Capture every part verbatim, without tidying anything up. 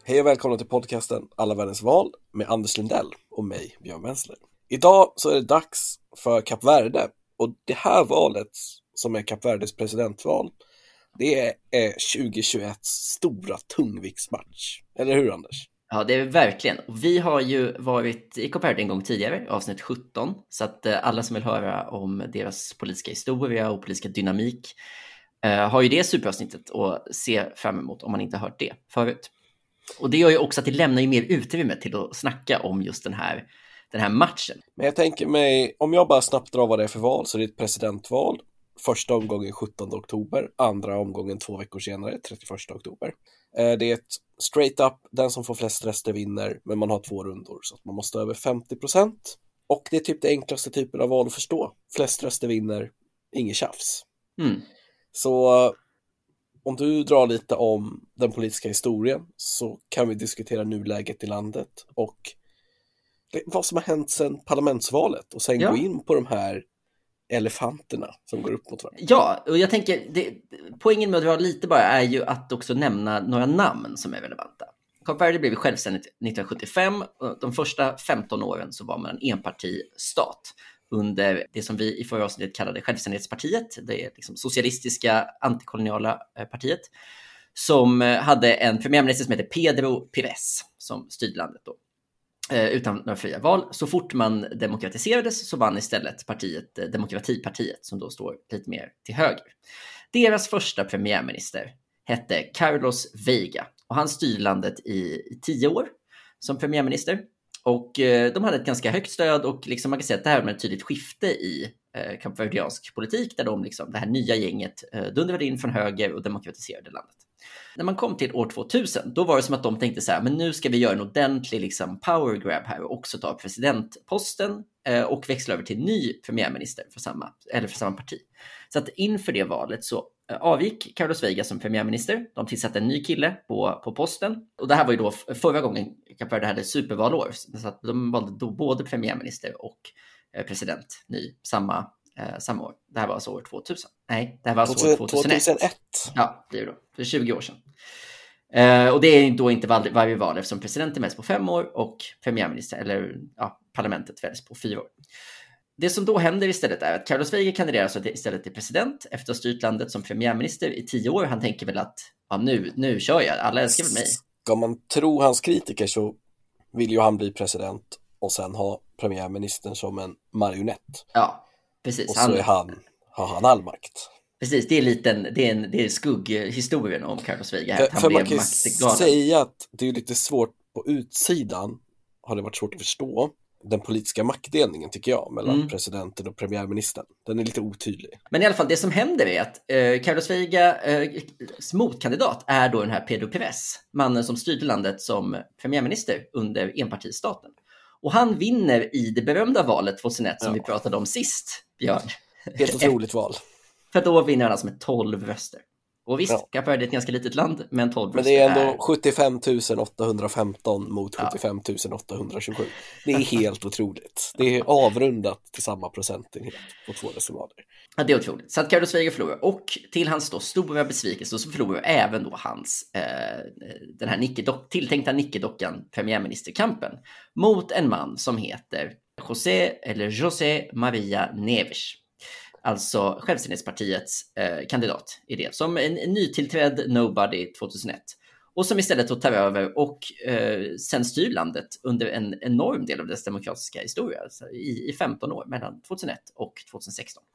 Hej och välkomna till podcasten Alla världens val med Anders Lindell och mig, Björn Wensler. Idag så är det dags för Kap Verde, och det här valet som är Kap Verdes presidentval, det är tjugohundratjugoett stora tungviktsmatch. Eller hur, Anders? Ja, det är verkligen. Och vi har ju varit i Kap Verde en gång tidigare, avsnitt sjutton. Så att alla som vill höra om deras politiska historia och politiska dynamik eh, har ju det superavsnittet att se fram emot om man inte hört det förut. Och det gör ju också att det lämnar ju mer utrymme till att snacka om just den här, den här matchen. Men jag tänker mig, om jag bara snabbt drar vad det är för val, så är det ett presidentval. Första omgången sjuttonde oktober, andra omgången två veckor senare, trettioförsta oktober. Det är ett straight up, den som får flest röster vinner, men man har två rundor så att man måste över femtio procent. Och det är typ det enklaste typen av val att förstå. Flest röster vinner, inget tjafs. Mm. Så om du drar lite om den politiska historien så kan vi diskutera nuläget i landet och vad som har hänt sedan parlamentsvalet och sen ja. gå in på de här elefanterna som går upp mot varandra. Ja, och jag tänker, det, poängen med att dra lite bara är ju att också nämna några namn som är relevanta. Kap Verde blev självständigt nittonhundrasjuttiofem, och de första femton åren så var man en enpartistat under det som vi i förra avsnittet kallade självständighetspartiet, det är liksom socialistiska antikoloniala partiet, som hade en premiärminister som heter Pedro Pires som styrde landet då. Utan några fria val. Så fort man demokratiserades så vann istället partiet Demokratipartiet, som då står lite mer till höger. Deras första premiärminister hette Carlos Veiga och han styrde landet i, i tio år som premiärminister. Och eh, de hade ett ganska högt stöd, och liksom man kan säga att det här var ett tydligt skifte i eh, kapverdiansk politik, där de liksom, det här nya gänget eh, dundrade in från höger och demokratiserade landet. När man kom till år tvåtusen, då var det som att de tänkte så här, men nu ska vi göra en ordentlig liksom, power grab här och också ta presidentposten eh, och växla över till ny premiärminister för samma, eller för samma parti. Så att inför det valet så eh, avgick Carlos Veiga som premiärminister. De tillsatte en ny kille på, på posten. Och det här var ju då förra gången Kap Verde hade supervalår. Så att de valde då både premiärminister och eh, president ny samma Eh, samma år. Det här var alltså år tvåtusen. Nej, det här var alltså år tvåtusenett. tvåtusenett. Ja, det är det då. För tjugo år sedan. Eh, och det är då inte var- varje val, eftersom presidenten väljs på fem år och premiärminister, eller ja, parlamentet väljs på fyra år. Det som då händer istället är att Carlos Veiga kandiderar så istället till president efter att ha styrt landet som premiärminister i tio år. Han tänker väl att ja, nu, nu kör jag, alla älskar väl mig. Ska man tro hans kritiker så vill ju han bli president och sen ha premiärministern som en marionett. Ja. Precis, och så han, är han, har han all makt. Precis, det är, liten, det är, en, det är skugghistorien om Carlos Veiga. För, för man kan säga att det är lite svårt på utsidan, har det varit svårt att förstå den politiska maktdelningen, tycker jag, mellan mm. presidenten och premiärministern. Den är lite otydlig. Men i alla fall, det som händer är att eh, Carlos Veigas eh, motkandidat är då den här Pedro Pires, mannen som styrde landet som premiärminister under enpartistaten. Och han vinner i det berömda valet tvåtusenett som ja. vi pratade om sist, Björn. Helt otroligt val. För då vinner han alltså med tolv röster. Och visst, ja. Kap Verde är ett ganska litet land, men tolv men röster är... Men det är ändå är... sjuttiofem tusen åttahundrafemton mot sjuttiofem tusen åttahundratjugosju. Det är helt otroligt. Det är avrundat till samma procentenhet på två decimaler. Ja, det är otroligt. Så att Carlos Veiga förlorar. Och till hans då stora besvikelse så förlorar även då hans eh, den här nickedock, tilltänkta nickedockan premiärministerkampen mot en man som heter José eller José Maria Neves. Alltså självständighetspartiets eh, kandidat i det. Som en, en nytillträdd nobody tvåtusenett. Och som istället då tar över och eh, sen styr landet under en enorm del av dess demokratiska historia. Alltså i, i femton år, mellan tvåtusenett och tjugosexton.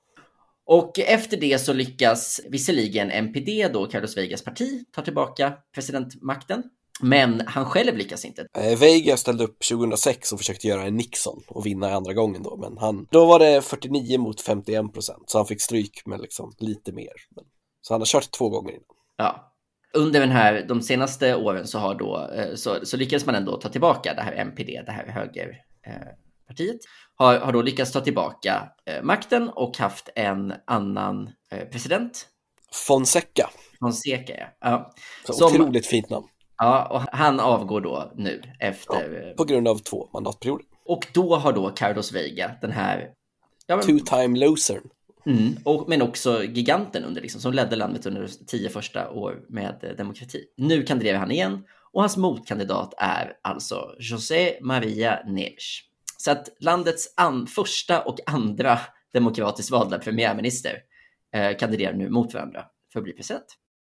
Och efter det så lyckas visserligen M P D, då Carlos Veigas parti, ta tillbaka presidentmakten. Men han själv lyckas inte. Veiga ställde upp tjugohundrasex och försökte göra en Nixon och vinna andra gången då. Men han, då var det fyrtionio mot femtioen procent. Så han fick stryk med liksom lite mer. Men, så han har kört två gånger innan. Ja. Under den här, de senaste åren så, har då, så, så lyckas man ändå ta tillbaka det här M P D, det här högerpartiet. Har, har då lyckats ta tillbaka eh, makten och haft en annan eh, president. Fonseca. Fonseca, ja. ja. Så som, otroligt fint namn. Ja, och han avgår då nu efter... Ja, på grund av två mandatperioder. Och då har då Carlos Veiga, den här... Ja, men, two-time loser. Mm, och, men också giganten under, liksom, som ledde landet under tio första år med eh, demokrati. Nu kandiderar han igen Och hans motkandidat är alltså José Maria Neves. Så att landets an- första och andra demokratiskt valda premiärminister eh, kandiderar nu mot varandra för att bli president.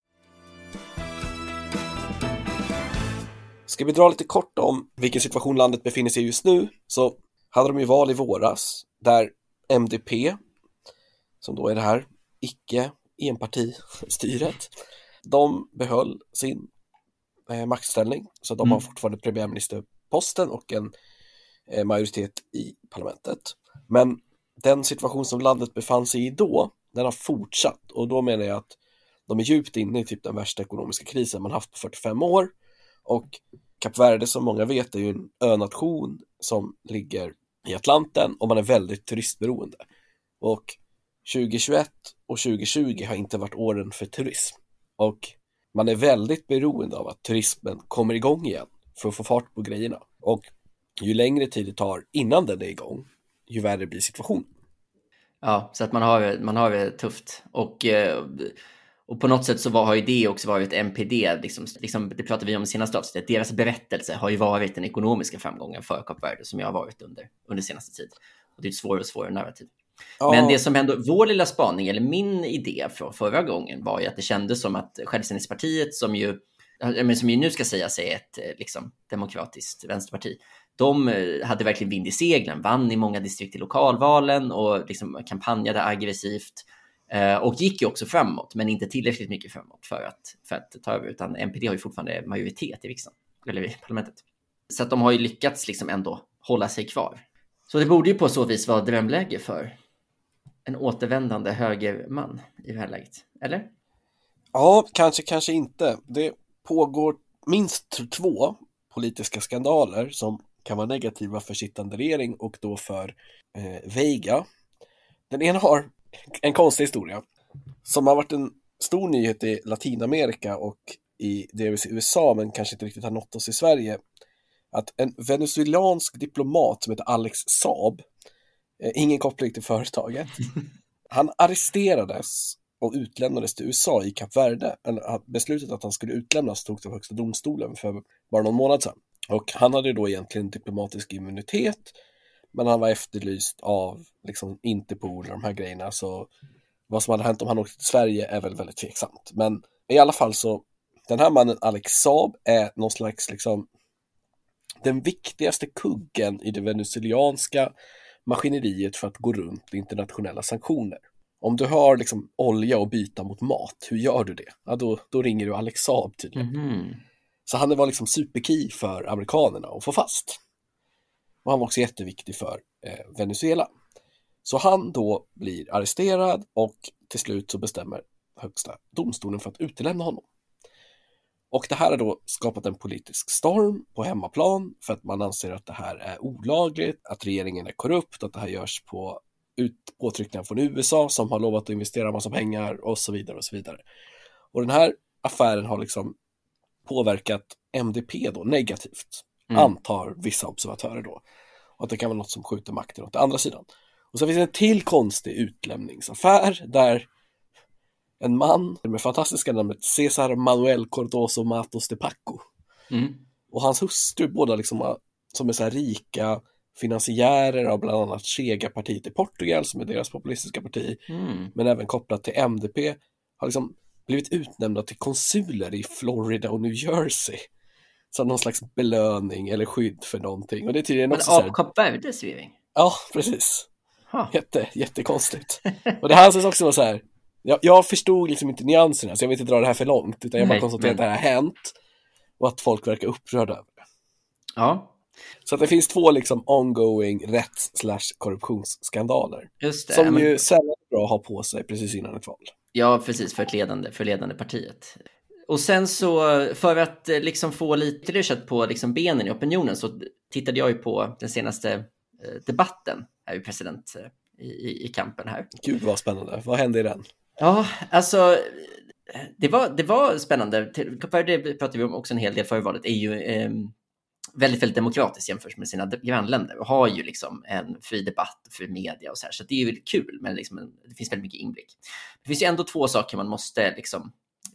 Ska vi dra lite kort om vilken situation landet befinner sig i just nu, så hade de ju val i våras där M D P, som då är det här icke-enpartistyret, de behöll sin eh, maktställning, så de mm. har fortfarande premiärministerposten och en eh, majoritet i parlamentet. Men den situation som landet befann sig i då, den har fortsatt, och då menar jag att de är djupt inne i typ den värsta ekonomiska krisen man haft på fyrtiofem år. Och Kap Verde, som många vet, är ju en önation som ligger i Atlanten, och man är väldigt turistberoende. Och tjugohundratjugoett och tjugohundratjugo har inte varit åren för turism. Och man är väldigt beroende av att turismen kommer igång igen för att få fart på grejerna. Och ju längre tid det tar innan den är igång, ju värre blir situationen. Ja, så att man har, man har det tufft. Och, och på något sätt så var, har ju det också varit M P D, liksom, liksom, det pratade vi om i senaste avsnittet, deras berättelse har ju varit den ekonomiska framgången för Kap Verde som jag har varit under, under senaste tid. Och det är ett svårare och svårare narrativ. Ja. Men det som hände, vår lilla spaning, eller min idé från förra gången, var ju att det kändes som att Självständighetspartiet, som ju, som ju nu ska säga sig ett liksom, demokratiskt vänsterparti, de hade verkligen vind i seglen, vann i många distrikt i lokalvalen och liksom kampanjade aggressivt eh, och gick ju också framåt, men inte tillräckligt mycket framåt för att, för att ta över, utan M P D har ju fortfarande majoritet i riksdagen, eller i parlamentet. Så att de har ju lyckats liksom ändå hålla sig kvar. Så det borde ju på så vis vara drömläge för en återvändande högerman i det här läget, eller? Ja, kanske, kanske inte. Det pågår minst två politiska skandaler som kan vara negativa för sittande regering och då för eh, Veiga. Den ena har en konstig historia som har varit en stor nyhet i Latinamerika och i delvis i U S A, men kanske inte riktigt har nått oss i Sverige. Att en venezuelansk diplomat som heter Alex Saab, eh, ingen koppling till företaget, han arresterades och utlämnades till U S A i Kap Verde. Beslutet att han skulle utlämnas tog till högsta domstolen för bara någon månad sedan. Och han hade då egentligen diplomatisk immunitet, men han var efterlyst av liksom Interpol och de här grejerna, så vad som hade hänt om han åkte till Sverige är väl väldigt tveksamt. Men i alla fall så, den här mannen Alex Saab är någon slags liksom den viktigaste kuggen i det venezuelanska maskineriet för att gå runt internationella sanktioner. Om du har liksom olja och byta mot mat, hur gör du det? Ja, då, då ringer du Alex Saab tydligen. Mm-hmm. Så han var liksom superkey för amerikanerna att få fast. Och han var också jätteviktig för eh, Venezuela. Så han då blir arresterad och till slut så bestämmer högsta domstolen för att utelämna honom. Och det här har då skapat en politisk storm på hemmaplan för att man anser att det här är olagligt, att regeringen är korrupt, att det här görs på ut påtryckningar från U S A som har lovat att investera en massa pengar och så vidare och så vidare. Och den här affären har liksom påverkat M D P då negativt, mm. antar vissa observatörer då. Och att det kan vara något som skjuter makten åt andra sidan. Och så finns det en till konstig utlämningsaffär där en man med fantastiska namnet César Manuel Cardoso Matos de Paco mm. och hans hustru, båda liksom som är så här rika finansiärer av bland annat Chega-partiet i Portugal som är deras populistiska parti, mm. men även kopplat till M D P, har liksom blivit utnämnda till konsuler i Florida och New Jersey som någon slags belöning eller skydd för någonting. Och det är tydligen också men av Kap Verdes regering? Ja, precis. Huh. Jätte, jättekonstigt. Och det här anses också vara så här, jag, jag förstod liksom inte nyanserna, så jag vill inte dra det här för långt, utan jag bara konstaterar men... att det här har hänt och att folk verkar upprörda över det. Ja. Så att det finns två liksom ongoing rätts slash korruptionsskandaler. Just det, som men... ju sällan är bra att ha på sig precis innan ett val. Ja, precis, för ett ledande, för ledande partiet. Och sen så, för att liksom få lite kött på liksom benen i opinionen, så tittade jag ju på den senaste debatten här i president i, i, i kampen här. Gud vad spännande, vad hände i den? Ja, alltså det var, det var spännande. För det pratade vi om också en hel del före valet, är ju eh, väldigt, väldigt demokratiskt jämfört med sina grannländer och har ju liksom en fri debatt för media och så här, så det är ju kul, men liksom, det finns väldigt mycket inblick. Det finns ju ändå två saker man måste liksom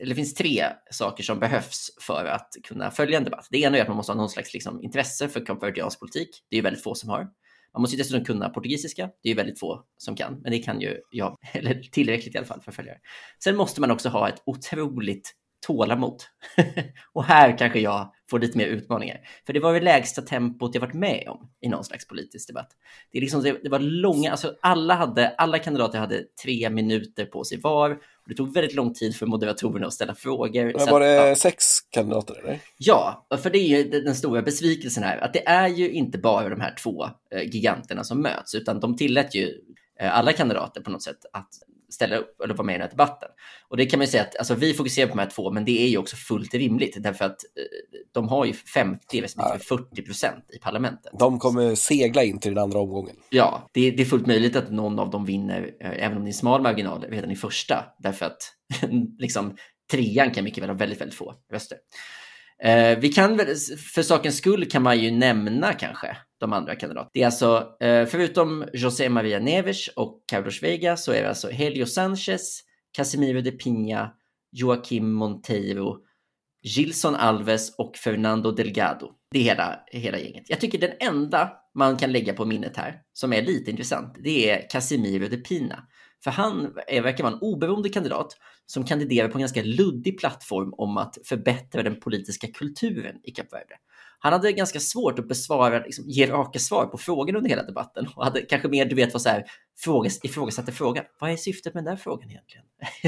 eller det finns tre saker som behövs för att kunna följa en debatt. Det ena är att man måste ha någon slags liksom, intresse för kapverdiansk politik. Det är ju väldigt få som har. Man måste ju dessutom kunna portugisiska. Det är ju väldigt få som kan, men det kan ju jag, eller tillräckligt i alla fall för följare. Sen måste man också ha ett otroligt tålamod. Och här kanske jag får lite mer utmaningar. För det var det lägsta tempot jag varit med om i någon slags politisk debatt. Det, är liksom, det, det var långa, alltså alla, hade, alla kandidater hade tre minuter på sig var. Och det tog väldigt lång tid för moderatorerna att ställa frågor. Men var det ja. sex kandidater eller? Ja, för det är ju den stora besvikelsen här. Att det är ju inte bara de här två giganterna som möts. Utan de tillät ju alla kandidater på något sätt att ställa upp eller vara med i den här debatten. Och det kan man ju säga att alltså, vi fokuserar på de här två, men det är ju också fullt rimligt därför att eh, de har ju femtio respektive fyrtio procent i parlamentet. De kommer segla in till den andra omgången. Ja, det, det är fullt möjligt att någon av dem vinner, eh, även om det är en smal marginal redan i första, därför att liksom trean kan mycket väl ha väldigt, väldigt få röster. Eh, vi kan väl, för sakens skull kan man ju nämna kanske de andra kandidaterna. Det är alltså, eh, förutom José Maria Neves och Carlos Veiga så är det alltså Helio Sanchez, Casimiro de Piña, Joaquim Monteiro, Gilson Alves och Fernando Delgado. Det är hela, hela gänget. Jag tycker den enda man kan lägga på minnet här som är lite intressant, det är Casimiro de Piña. För han är, verkar vara en oberoende kandidat som kandiderar på en ganska luddig plattform om att förbättra den politiska kulturen i Kap Verde. Han hade ganska svårt att besvara, liksom, ge raka svar på frågor under hela debatten. Och hade kanske mer, du vet, vad så här, frågas, ifrågasatte frågan. Vad är syftet med den där frågan egentligen?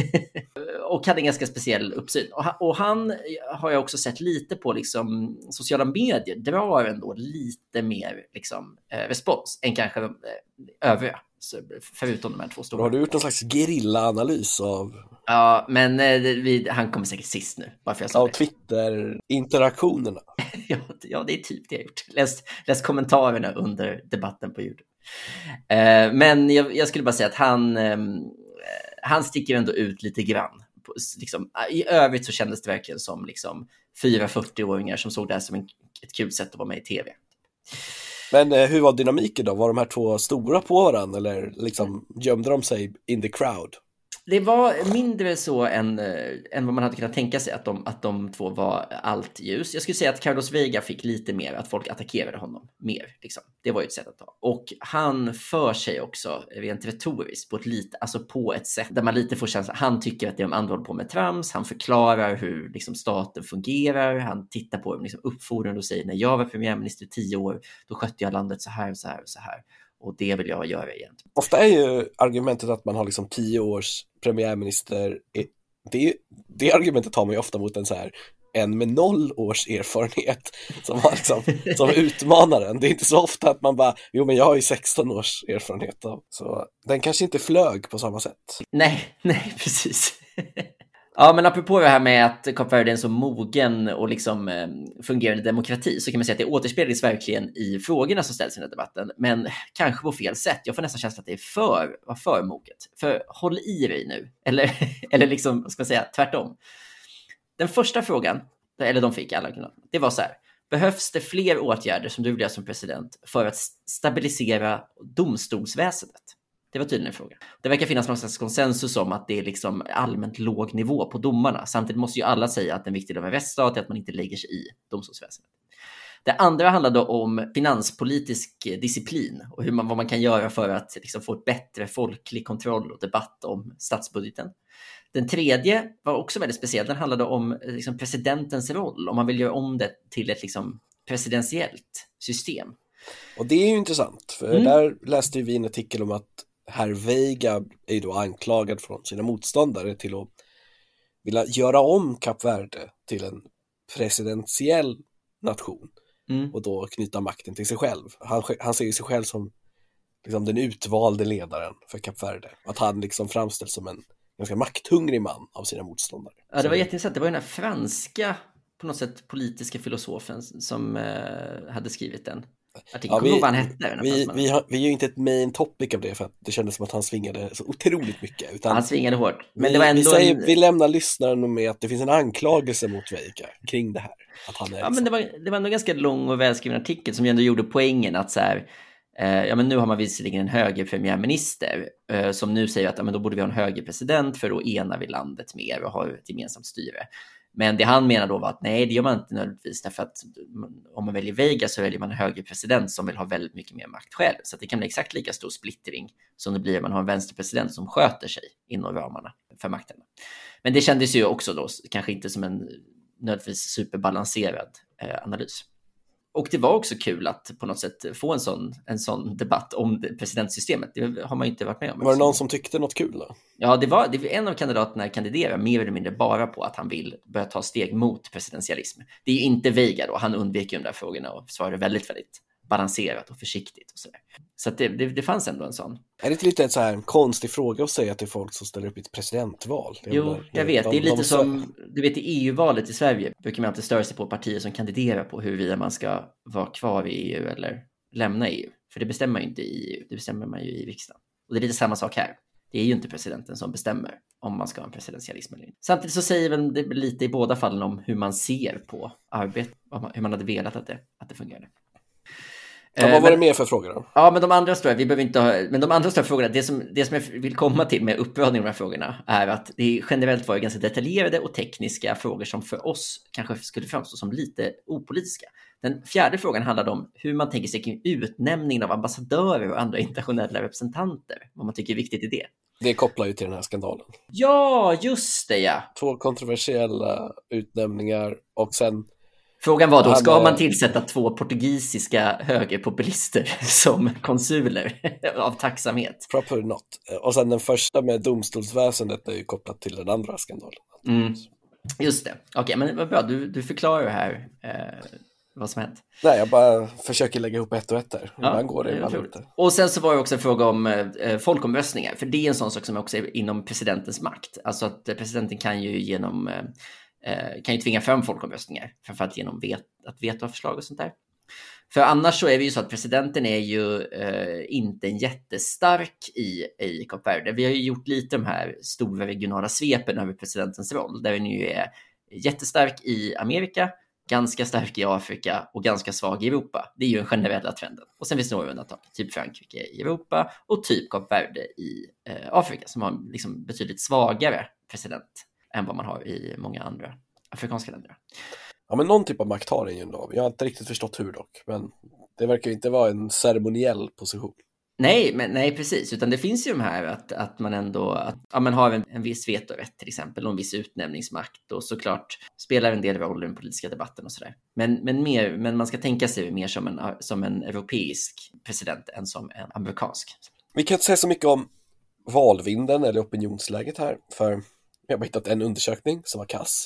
Och hade en ganska speciell uppsyn. Och han, och han har jag också sett lite på liksom, sociala medier. Drar ändå lite mer liksom, eh, respons än kanske eh, övriga. Förutom de här två stora. Har du gjort någon slags gerillaanalys av... Ja, men eh, vi, han kommer säkert sist nu. Bara för jag av Twitter-interaktionerna. ja, ja, det är typ det jag har gjort. Läs, läs kommentarerna under debatten på YouTube. Eh, men jag, jag skulle bara säga att han, eh, han sticker ändå ut lite grann. På, liksom, i övrigt så kändes det verkligen som liksom, fyra fyrtio-åringar som såg det här som en, ett kul sätt att vara med i tv. Men eh, hur var dynamiken då? Var de här två stora på varandra eller liksom gömde de sig in the crowd? Det var mindre så än, äh, än vad man hade kunnat tänka sig att de, att de två var allt ljus. Jag skulle säga att Carlos Veiga fick lite mer, att folk attackerade honom mer. Liksom. Det var ju ett sätt att ta. Och han för sig också rent retoriskt på ett, lite, alltså på ett sätt där man lite får känsla. Han tycker att det är de andra håller på med trams. Han förklarar hur liksom, staten fungerar. Han tittar på dem liksom, uppfordrande och säger när jag var premiärminister i tio år då skötte jag landet så här och så här och så här. Och det vill jag göra igen. Ofta är ju argumentet att man har liksom tio års premiärminister. Det, det argumentet tar man ju ofta mot en så här en med noll års erfarenhet som, har liksom, som utmanar en. Det är inte så ofta att man bara, jo men jag har ju sexton års erfarenhet av. Så den kanske inte flög på samma sätt. Nej, nej precis. Ja, men apropå det här med att Kap Verde är en så mogen och liksom eh, fungerande demokrati så kan man säga att det återspeglas verkligen i frågorna som ställs i den här debatten, men kanske på fel sätt. Jag får nästan känsla att det är för, var för moget. För håll i dig nu. Eller, eller liksom, ska jag säga, tvärtom. Den första frågan, eller de fick alla, det var så här. Behövs det fler åtgärder som du vill göra som president för att stabilisera domstolsväsendet? Det var tydligen en fråga. Det verkar finnas någon slags konsensus om att det är liksom allmänt låg nivå på domarna. Samtidigt måste ju alla säga att en viktig del av en rättsstat är att man inte lägger sig i domstolsväsendet. Det andra handlade om finanspolitisk disciplin och hur man, vad man kan göra för att liksom få ett bättre folklig kontroll och debatt om statsbudgeten. Den tredje var också väldigt speciell. Den handlade om liksom presidentens roll. Om man vill göra om det till ett liksom presidentiellt system. Och det är ju intressant. För mm. där läste vi en artikel om att herr Veiga är ju då anklagad från sina motståndare till att vilja göra om Kap Verde till en presidentiell nation mm. och då knyta makten till sig själv. Han, han ser ju sig själv som liksom den utvalde ledaren för Kap Verde. Att han liksom framställs som en ganska makthungrig man av sina motståndare. Ja, det var jätteintressant. Det var den här franska på något sätt politiska filosofen som eh, hade skrivit den. Ja, vi, vad han hette, vi, vi, har, vi är ju inte ett main topic av det för att det kändes som att han svingade så otroligt mycket. Utan han svingade hårt. Men vi, det var ändå vi, säger, en... vi lämnar lyssnaren med att det finns en anklagelse mot Veiga kring det här. Att han är ja, liksom... men det var, det var ändå en ganska lång och välskriven artikel som ju ändå gjorde poängen att så här, Eh, ja, men nu har man visserligen en höger premiärminister eh, som nu säger att ja, men då borde vi ha en höger president för då enar vi landet mer och har ett gemensamt styre. Men det han menar då var att nej, det gör man inte nödvändigtvis, därför att om man väljer Veiga så väljer man en högerpresident som vill ha väldigt mycket mer makt själv. Så att det kan bli exakt lika stor splittring som det blir om man har en vänsterpresident som sköter sig inom ramarna för makten. Men det kändes ju också då kanske inte som en nödvändigtvis superbalanserad eh, analys. Och det var också kul att på något sätt få en sån, en sån debatt om det, presidentsystemet. Det har man ju inte varit med om. Var det någon som tyckte något kul då? Ja, det var, det var en av kandidaterna kandiderar mer eller mindre bara på att han vill börja ta steg mot presidentialism. Det är ju inte Veiga då, han undviker de där frågorna och svarade väldigt, väldigt balanserat och försiktigt och sådär. Så att det, det, det fanns ändå en sån. Är det inte lite så här en konstig fråga att säga till folk som ställer upp i ett presidentval? Det jo, där, jag vet. De, det är lite de, som, du vet i E U-valet i Sverige brukar man alltid störa sig på partier som kandiderar på huruvida man ska vara kvar i E U eller lämna E U. För det bestämmer man ju inte i E U, det bestämmer man ju i riksdagen. Och det är lite samma sak här. Det är ju inte presidenten som bestämmer om man ska ha en presidentialism eller inte. Samtidigt så säger väl det lite i båda fallen om hur man ser på arbetet, hur man hade velat att det, att det fungerade. Ja, vad var det mer för frågor då? Ja, men de andra stora, vi behöver inte ha, men de andra stora frågorna, det som, det som jag vill komma till med uppradning av de här frågorna är att det generellt var ganska detaljerade och tekniska frågor som för oss kanske skulle framstå som lite opolitiska. Den fjärde frågan handlade om hur man tänker sig kring utnämningen av ambassadörer och andra internationella representanter. Vad man tycker är viktigt i det. Det kopplar ju till den här skandalen. Ja, just det, ja. Två kontroversiella utnämningar och sen... Frågan var då, ska man tillsätta två portugisiska högerpopulister som konsuler av tacksamhet? Probably not. Och sen den första med domstolsväsendet är ju kopplat till den andra skandalen. Mm. Just det. Okej, okay, men vad bra. Du, du förklarar här eh, vad som hänt. Nej, jag bara försöker lägga ihop ett och ett där. Ja, ibland går det, ibland inte. Och sen så var det också en fråga om eh, folkomröstningar. För det är en sån sak som också är inom presidentens makt. Alltså att eh, presidenten kan ju genom... Eh, kan ju tvinga fram folkomröstningar för att genom vet, att veta förslag och sånt där. För annars så är det ju så att presidenten är ju eh, inte en jättestark i, i Kap Verde. Vi har ju gjort lite de här stora regionala svepen över presidentens roll, där den ju är jättestark i Amerika, ganska stark i Afrika och ganska svag i Europa. Det är ju en generella trenden. Och sen finns det några undantag, typ Frankrike i Europa och typ Kap Verde i eh, Afrika, som har liksom betydligt svagare president än vad man har i många andra afrikanska länder. Ja, men någon typ av makt har den ju ändå. Jag har inte riktigt förstått hur dock, men det verkar ju inte vara en ceremoniell position. Nej, men nej precis, utan det finns ju de här att, att man ändå att, ja, man har en, en viss vetorätt till exempel och en viss utnämningsmakt och såklart spelar en del roll i den politiska debatten och sådär. Men, men, mer, men man ska tänka sig mer som en, som en europeisk president än som en amerikansk. Vi kan inte säga så mycket om valvinden eller opinionsläget här, för jag har hittat en undersökning som var kass.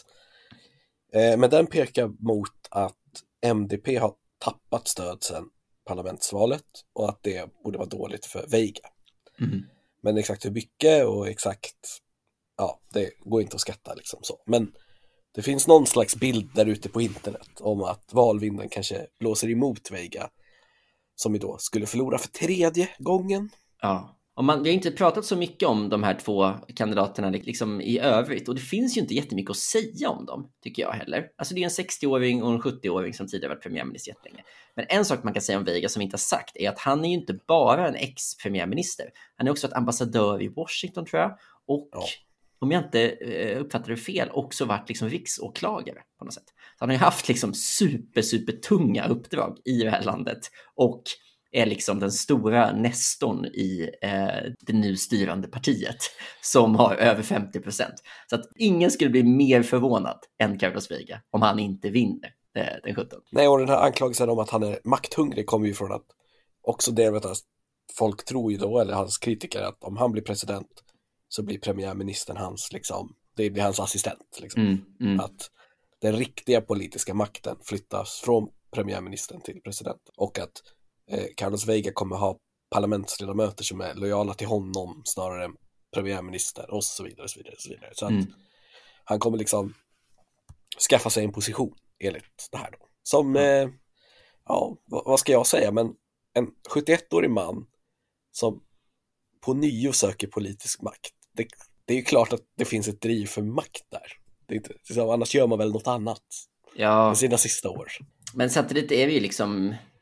Eh, men den pekar mot att M D P har tappat stöd sedan parlamentsvalet och att det borde vara dåligt för Veiga. Mm. Men exakt hur mycket och exakt, ja, det går inte att skatta liksom så. Men det finns någon slags bild där ute på internet om att valvinden kanske blåser emot Veiga, som ju då skulle förlora för tredje gången. Ja. Och man, vi har inte pratat så mycket om de här två kandidaterna liksom i övrigt. Och det finns ju inte jättemycket att säga om dem, tycker jag heller. Alltså det är en sextioåring och en sjuttioåring som tidigare varit premiärminister jättelänge. Men en sak man kan säga om Veiga som vi inte har sagt är att han är ju inte bara en ex-premiärminister. Han är också ett ambassadör i Washington, tror jag. Och ja. Om jag inte uppfattar det fel, också varit liksom riksåklagare på något sätt. Så han har ju haft liksom super, super tunga uppdrag i det här landet. Och är liksom den stora nestorn i eh, det nu styrande partiet som har över femtio procent. Så att ingen skulle bli mer förvånad än Carlos Veiga om han inte vinner eh, den sjuttonde. Nej, och den här anklagelsen om att han är makthungrig kommer ju från att också det vet att folk tror ju då, eller hans kritiker, att om han blir president så blir premiärministern hans, liksom, det blir hans assistent. Liksom. Mm, mm. Att den riktiga politiska makten flyttas från premiärministern till presidenten. Och att Carlos Veiga kommer ha parlamentsledamöter som är lojala till honom snarare än premiärminister och så vidare och så vidare, och så vidare. Så att mm. han kommer liksom skaffa sig en position enligt det här då. Som, mm. eh, ja, vad, vad ska jag säga, men en sjuttioettårig man som på nio söker politisk makt. Det, det är ju klart att det finns ett driv för makt där. Det är inte, så annars gör man väl något annat ja. med sina sista år. Men samtidigt är vi ju liksom...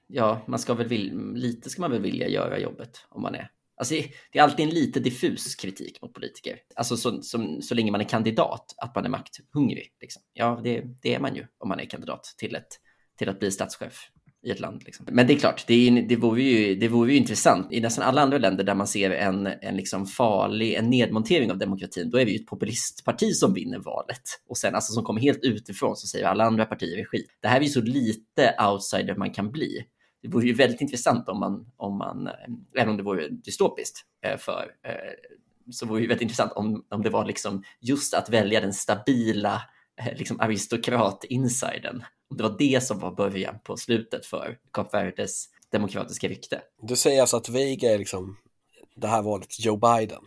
ja, man ska väl vilja, lite ska man väl vilja göra jobbet om man är. Alltså det är alltid en lite diffus kritik mot politiker. Alltså så, så, så länge man är kandidat, att man är makthungrig. Liksom. Ja, det, det är man ju om man är kandidat till, ett, till att bli statschef i ett land. Liksom. Men det är klart, det, är, det, vore ju, det vore ju intressant. I nästan alla andra länder där man ser en, en liksom farlig, en nedmontering av demokratin, då är vi ju ett populistparti som vinner valet. Och sen alltså som kommer helt utifrån så säger alla andra partier är skit. Det här är ju så lite outsider man kan bli. Det vore ju väldigt intressant om man, om man även om det vore dystopiskt för, så vore det ju väldigt intressant om, om det var liksom just att välja den stabila liksom aristokrat-insidern. Om det var det som var början på slutet för Kap Verdes demokratiska rykte. Du säger alltså att Veiga är liksom det här valet Joe Biden?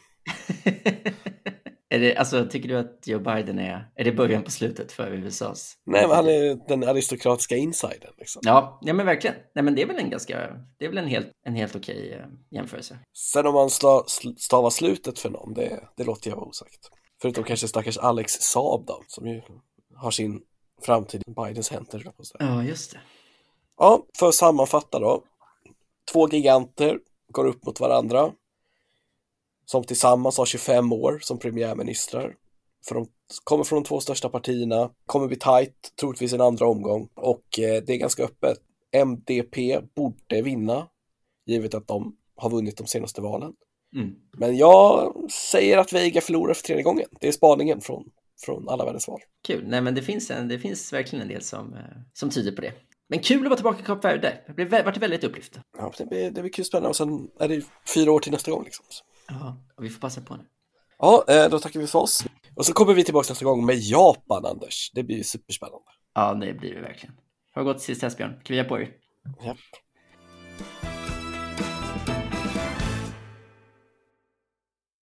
Är det, alltså, tycker du att Joe Biden är, är det början på slutet för U S A:s? Nej, men han är den aristokratiska insidern. Liksom. Ja, ja, men verkligen. Nej, men det är väl en ganska, det är väl en helt, en helt okej eh, jämförelse. Sen om man sla, stavar slutet för någon, det, det låter jag vara osagt. Förutom kanske stackars Alex Saab då, som ju har sin framtid i Bidens händer. Ja, just det. Ja, för att sammanfatta då. Två giganter går upp mot varandra. Som tillsammans har tjugofem år som premiärministrar. För de kommer från de två största partierna. Kommer bli tajt, troligtvis en andra omgång. Och eh, det är ganska öppet. M D P borde vinna. Givet att de har vunnit de senaste valen. Mm. Men jag säger att Veiga förlorar för tredje gången. Det är spaningen från, från alla världens val. Kul. Nej, men det finns, en, det finns verkligen en del som, eh, som tyder på det. Men kul att vara tillbaka i Kap Verde. Det blev varit väldigt upplyft. Ja, det blir, det blir kul spännande. Och sen är det fyra år till nästa gång. Liksom. Ja, och vi får passa på nu. Ja, då tackar vi för oss. Och så kommer vi tillbaka nästa gång med Japan, Anders. Det blir superspännande. Ja, det blir det verkligen. Har det gått sist, Björn? Kvia på dig. Ja.